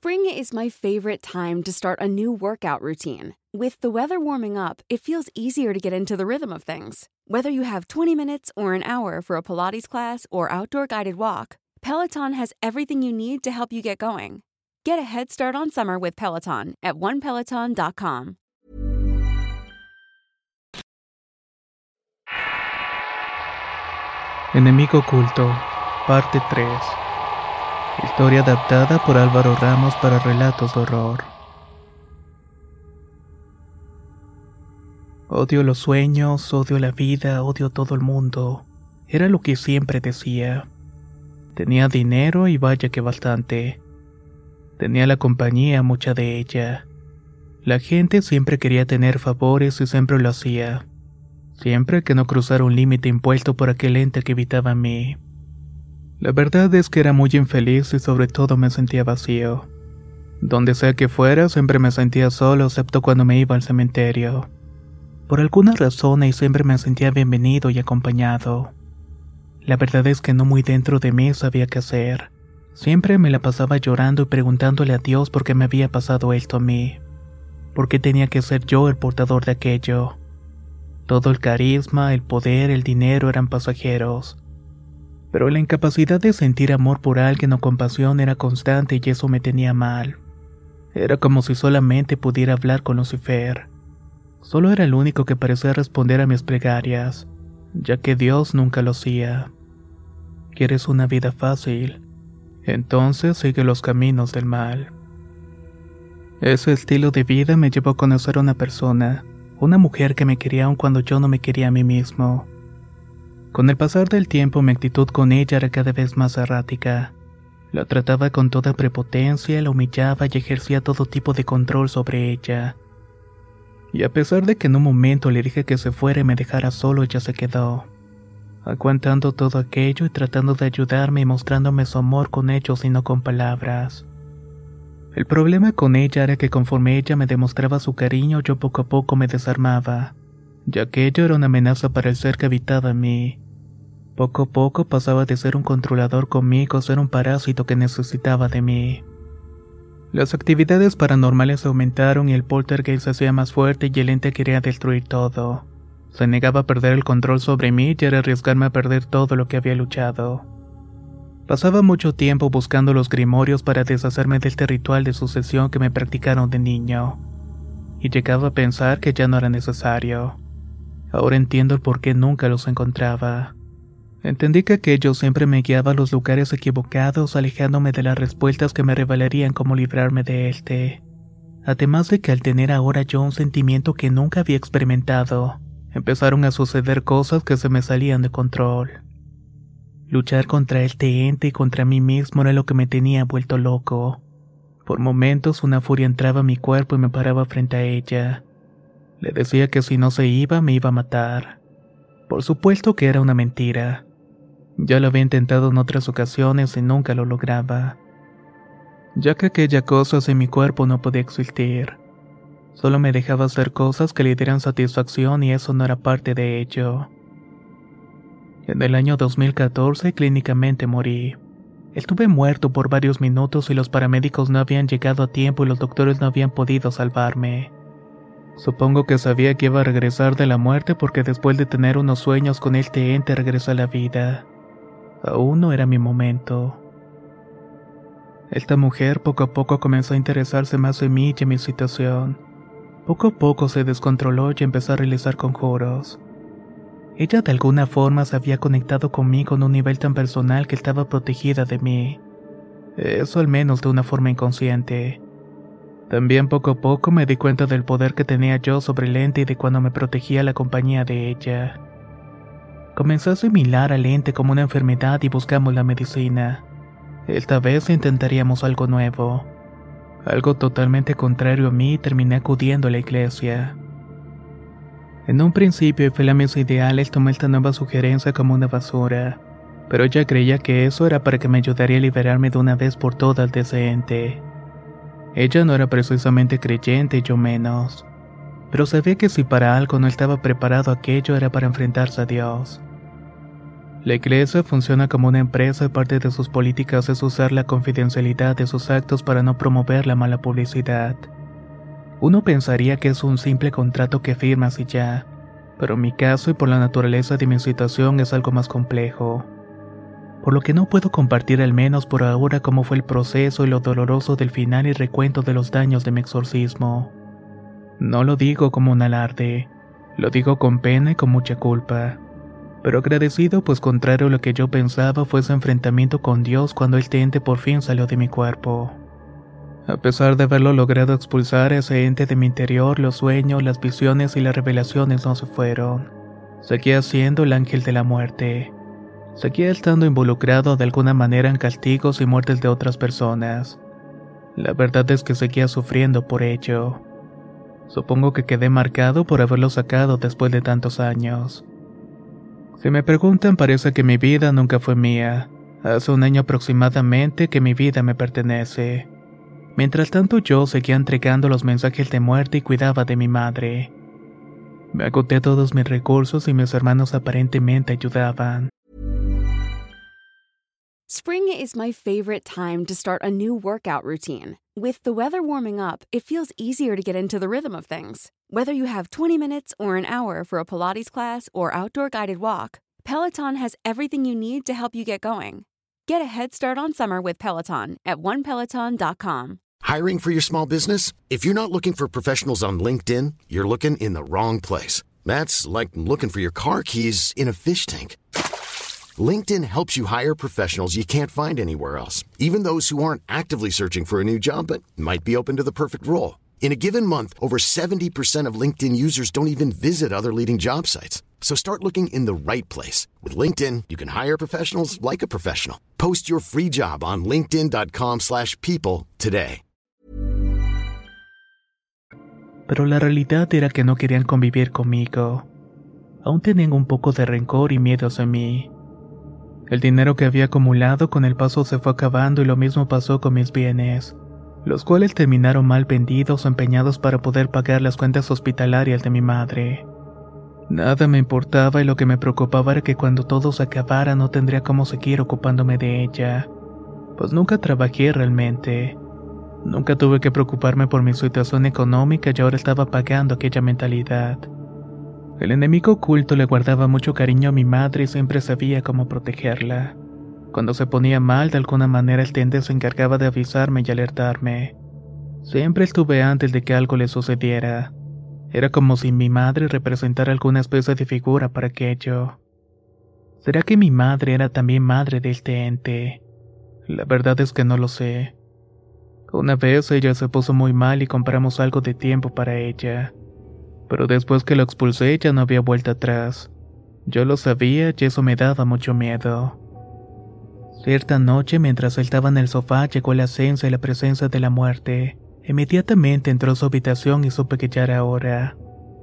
Spring is my favorite time to start a new workout routine. With the weather warming up, it feels easier to get into the rhythm of things. Whether you have 20 minutes or an hour for a Pilates class or outdoor guided walk, Peloton has everything you need to help you get going. Get a head start on summer with Peloton at onepeloton.com. Enemigo oculto, parte 3. Historia adaptada por Álvaro Ramos para relatos de horror. Odio los sueños, odio la vida, odio todo el mundo. Era lo que siempre decía. Tenía dinero y vaya que bastante. Tenía la compañía, mucha de ella. La gente siempre quería tener favores y siempre lo hacía. Siempre que no cruzara un límite impuesto por aquel ente que evitaba a mí. La verdad es que era muy infeliz y sobre todo me sentía vacío. Donde sea que fuera, siempre me sentía solo, excepto cuando me iba al cementerio. Por alguna razón ahí siempre me sentía bienvenido y acompañado. La verdad es que no muy dentro de mí sabía qué hacer. Siempre me la pasaba llorando y preguntándole a Dios por qué me había pasado esto a mí. ¿Por qué tenía que ser yo el portador de aquello? Todo el carisma, el poder, el dinero eran pasajeros. Pero la incapacidad de sentir amor por alguien o compasión era constante y eso me tenía mal. Era como si solamente pudiera hablar con Lucifer. Solo era el único que parecía responder a mis plegarias, ya que Dios nunca lo hacía. ¿Quieres una vida fácil? Entonces sigue los caminos del mal. Ese estilo de vida me llevó a conocer a una persona, una mujer que me quería aun cuando yo no me quería a mí mismo. Con el pasar del tiempo mi actitud con ella era cada vez más errática. La trataba con toda prepotencia, la humillaba y ejercía todo tipo de control sobre ella. Y a pesar de que en un momento le dije que se fuera y me dejara solo, ella se quedó, aguantando todo aquello y tratando de ayudarme y mostrándome su amor con hechos y no con palabras. El problema con ella era que conforme ella me demostraba su cariño, yo poco a poco me desarmaba, ya que ella era una amenaza para el ser que habitaba en mí. Poco a poco pasaba de ser un controlador conmigo a ser un parásito que necesitaba de mí. Las actividades paranormales aumentaron y el poltergeist se hacía más fuerte y el ente quería destruir todo. Se negaba a perder el control sobre mí y era arriesgarme a perder todo lo que había luchado. Pasaba mucho tiempo buscando los grimorios para deshacerme de este ritual de sucesión que me practicaron de niño. Y llegaba a pensar que ya no era necesario. Ahora entiendo el por qué nunca los encontraba. Entendí que aquello siempre me guiaba a los lugares equivocados, alejándome de las respuestas que me revelarían cómo librarme de este. Además de que al tener ahora yo un sentimiento que nunca había experimentado, empezaron a suceder cosas que se me salían de control. Luchar contra este ente y contra mí mismo era lo que me tenía vuelto loco. Por momentos una furia entraba a mi cuerpo y me paraba frente a ella. Le decía que si no se iba, me iba a matar. Por supuesto que era una mentira. Ya lo había intentado en otras ocasiones y nunca lo lograba, ya que aquella cosa en mi cuerpo no podía existir. Solo me dejaba hacer cosas que le dieran satisfacción y eso no era parte de ello. En el año 2014 clínicamente morí. Estuve muerto por varios minutos y los paramédicos no habían llegado a tiempo y los doctores no habían podido salvarme. Supongo que sabía que iba a regresar de la muerte porque después de tener unos sueños con este ente regresó a la vida. Aún no era mi momento. Esta mujer poco a poco comenzó a interesarse más en mí y en mi situación. Poco a poco se descontroló y empezó a realizar conjuros. Ella de alguna forma se había conectado conmigo en un nivel tan personal que estaba protegida de mí. Eso al menos de una forma inconsciente. También poco a poco me di cuenta del poder que tenía yo sobre el ente y de cuando me protegía la compañía de ella. Comencé a asimilar al ente como una enfermedad y buscamos la medicina. Esta vez intentaríamos algo nuevo. Algo totalmente contrario a mí y terminé acudiendo a la iglesia. En un principio y fiel a mis ideales tomé esta nueva sugerencia como una basura, pero ella creía que eso era para que me ayudaría a liberarme de una vez por todas de ese ente. Ella no era precisamente creyente y yo menos, pero sabía que si para algo no estaba preparado aquello era para enfrentarse a Dios. La iglesia funciona como una empresa y parte de sus políticas es usar la confidencialidad de sus actos para no promover la mala publicidad. Uno pensaría que es un simple contrato que firmas y ya, pero en mi caso y por la naturaleza de mi situación es algo más complejo. Por lo que no puedo compartir al menos por ahora cómo fue el proceso y lo doloroso del final y recuento de los daños de mi exorcismo. No lo digo como un alarde, lo digo con pena y con mucha culpa, pero agradecido pues contrario a lo que yo pensaba fue ese enfrentamiento con Dios cuando el ente por fin salió de mi cuerpo. A pesar de haberlo logrado expulsar a ese ente de mi interior, los sueños, las visiones y las revelaciones no se fueron. Seguía siendo el ángel de la muerte. Seguía estando involucrado de alguna manera en castigos y muertes de otras personas. La verdad es que seguía sufriendo por ello. Supongo que quedé marcado por haberlo sacado después de tantos años. Si me preguntan, parece que mi vida nunca fue mía. Hace un año aproximadamente que mi vida me pertenece. Mientras tanto yo seguía entregando los mensajes de muerte y cuidaba de mi madre. Me agoté todos mis recursos y mis hermanos aparentemente ayudaban. Spring is my favorite time to start a new workout routine. With the weather warming up, it feels easier to get into the rhythm of things. Whether you have 20 minutes or an hour for a Pilates class or outdoor guided walk, Peloton has everything you need to help you get going. Get a head start on summer with Peloton at onepeloton.com. Hiring for your small business? If you're not looking for professionals on LinkedIn, you're looking in the wrong place. That's like looking for your car keys in a fish tank. LinkedIn helps you hire professionals you can't find anywhere else, even those who aren't actively searching for a new job but might be open to the perfect role. In a given month, over 70% of LinkedIn users don't even visit other leading job sites. So start looking in the right place. With LinkedIn, you can hire professionals like a professional. Post your free job on linkedin.com/people today. Pero la realidad era que no querían convivir conmigo. Aún tenían un poco de rencor y miedo hacia mí. El dinero que había acumulado con el paso se fue acabando y lo mismo pasó con mis bienes, los cuales terminaron mal vendidos o empeñados para poder pagar las cuentas hospitalarias de mi madre. Nada me importaba y lo que me preocupaba era que cuando todo se acabara no tendría cómo seguir ocupándome de ella, pues nunca trabajé realmente. Nunca tuve que preocuparme por mi situación económica y ahora estaba pagando aquella mentalidad. El enemigo oculto le guardaba mucho cariño a mi madre y siempre sabía cómo protegerla. Cuando se ponía mal, de alguna manera el ente se encargaba de avisarme y alertarme. Siempre estuve antes de que algo le sucediera. Era como si mi madre representara alguna especie de figura para aquello. ¿Será que mi madre era también madre de este ente? La verdad es que no lo sé. Una vez ella se puso muy mal y compramos algo de tiempo para ella. Pero después que lo expulsé ya no había vuelta atrás. Yo lo sabía y eso me daba mucho miedo. Cierta noche, mientras él estaba en el sofá, llegó la esencia y la presencia de la muerte. Inmediatamente entró a su habitación y supe que ya era hora.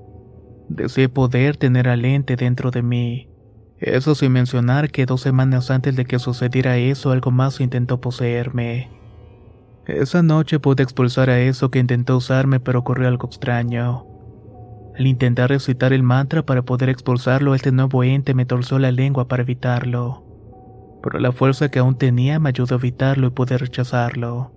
Deseé poder tener al ente dentro de mí. Eso sin mencionar que 2 semanas antes de que sucediera eso, algo más intentó poseerme. Esa noche pude expulsar a eso que intentó usarme, pero ocurrió algo extraño. Al intentar recitar el mantra para poder expulsarlo, este nuevo ente me torció la lengua para evitarlo. Pero la fuerza que aún tenía me ayudó a evitarlo y pude rechazarlo.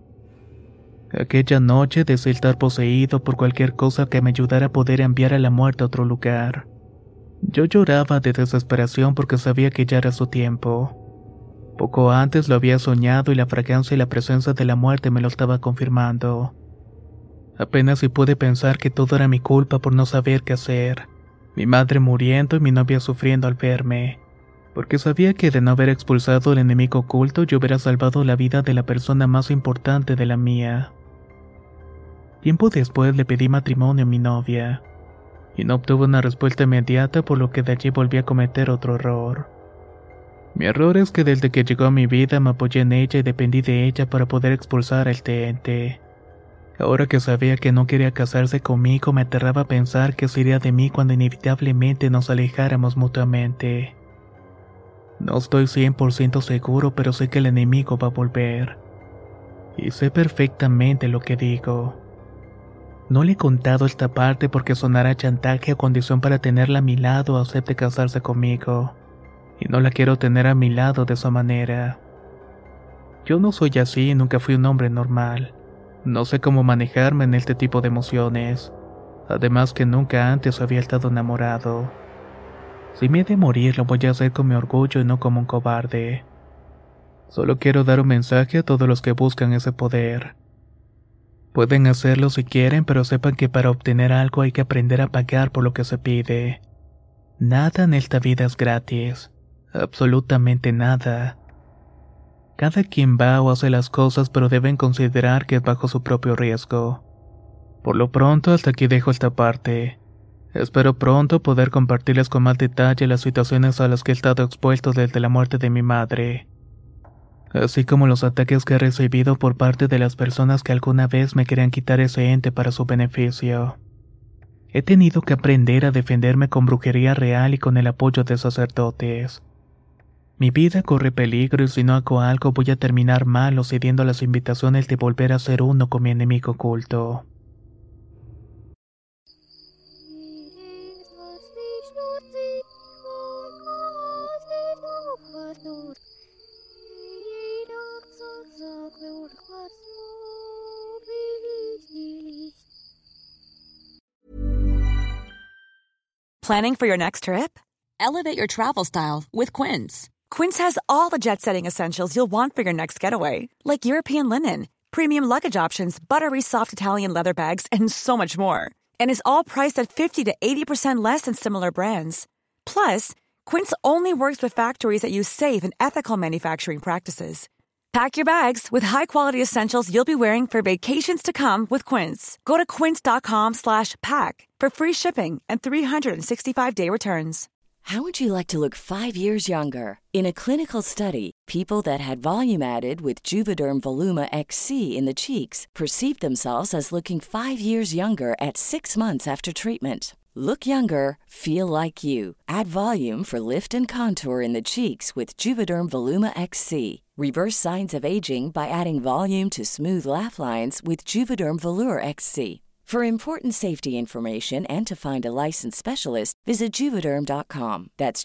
Aquella noche deseé estar poseído por cualquier cosa que me ayudara a poder enviar a la muerte a otro lugar. Yo lloraba de desesperación porque sabía que ya era su tiempo. Poco antes lo había soñado y la fragancia y la presencia de la muerte me lo estaba confirmando. Apenas si pude pensar que todo era mi culpa por no saber qué hacer. Mi madre muriendo y mi novia sufriendo al verme. Porque sabía que de no haber expulsado al enemigo oculto yo hubiera salvado la vida de la persona más importante de la mía. Tiempo después le pedí matrimonio a mi novia. Y no obtuve una respuesta inmediata, por lo que de allí volví a cometer otro error. Mi error es que desde que llegó a mi vida me apoyé en ella y dependí de ella para poder expulsar a este ente. Ahora que sabía que no quería casarse conmigo, me aterraba pensar qué sería de mí cuando inevitablemente nos alejáramos mutuamente. No estoy 100% seguro, pero sé que el enemigo va a volver. Y sé perfectamente lo que digo. No le he contado esta parte porque sonará chantaje o condición para tenerla a mi lado o acepte casarse conmigo. y no la quiero tener a mi lado de esa manera. Yo no soy así, nunca fui un hombre normal. No sé cómo manejarme en este tipo de emociones. Además que nunca antes había estado enamorado. Si me he de morir, lo voy a hacer con mi orgullo y no como un cobarde. Solo quiero dar un mensaje a todos los que buscan ese poder. Pueden hacerlo si quieren, pero sepan que para obtener algo hay que aprender a pagar por lo que se pide. Nada en esta vida es gratis. Absolutamente nada. Cada quien va o hace las cosas, pero deben considerar que es bajo su propio riesgo. Por lo pronto, hasta aquí dejo esta parte. Espero pronto poder compartirles con más detalle las situaciones a las que he estado expuesto desde la muerte de mi madre, así como los ataques que he recibido por parte de las personas que alguna vez me querían quitar ese ente para su beneficio. He tenido que aprender a defenderme con brujería real y con el apoyo de sacerdotes. Mi vida corre peligro y si no hago algo voy a terminar mal o cediendo a las invitaciones de volver a ser uno con mi enemigo oculto. Planning for your next trip? Elevate your travel style with Quince. Quince has all the jet-setting essentials you'll want for your next getaway, like European linen, premium luggage options, buttery soft Italian leather bags, and so much more. And is all priced at 50 to 80% less than similar brands. Plus, Quince only works with factories that use safe and ethical manufacturing practices. Pack your bags with high-quality essentials you'll be wearing for vacations to come with Quince. Go to quince.com/pack for free shipping and 365-day returns. How would you like to look 5 years younger? In a clinical study, people that had volume added with Juvederm Voluma XC in the cheeks perceived themselves as looking 5 years younger at 6 months after treatment. Look younger, feel like you. Add volume for lift and contour in the cheeks with Juvederm Voluma XC. Reverse signs of aging by adding volume to smooth laugh lines with Juvederm Volure XC. For important safety information and to find a licensed specialist, visit Juvederm.com. That's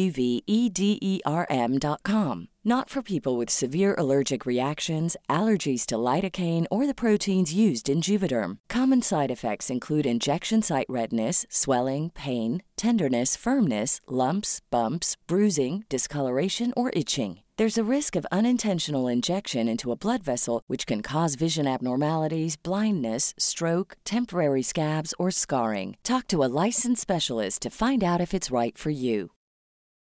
JUVEDERM.com. Not for people with severe allergic reactions, allergies to lidocaine, or the proteins used in Juvederm. Common side effects include injection site redness, swelling, pain, tenderness, firmness, lumps, bumps, bruising, discoloration, or itching. There's a risk of unintentional injection into a blood vessel, which can cause vision abnormalities, blindness, stroke, temporary scabs, or scarring. Talk to a licensed specialist to find out if it's right for you.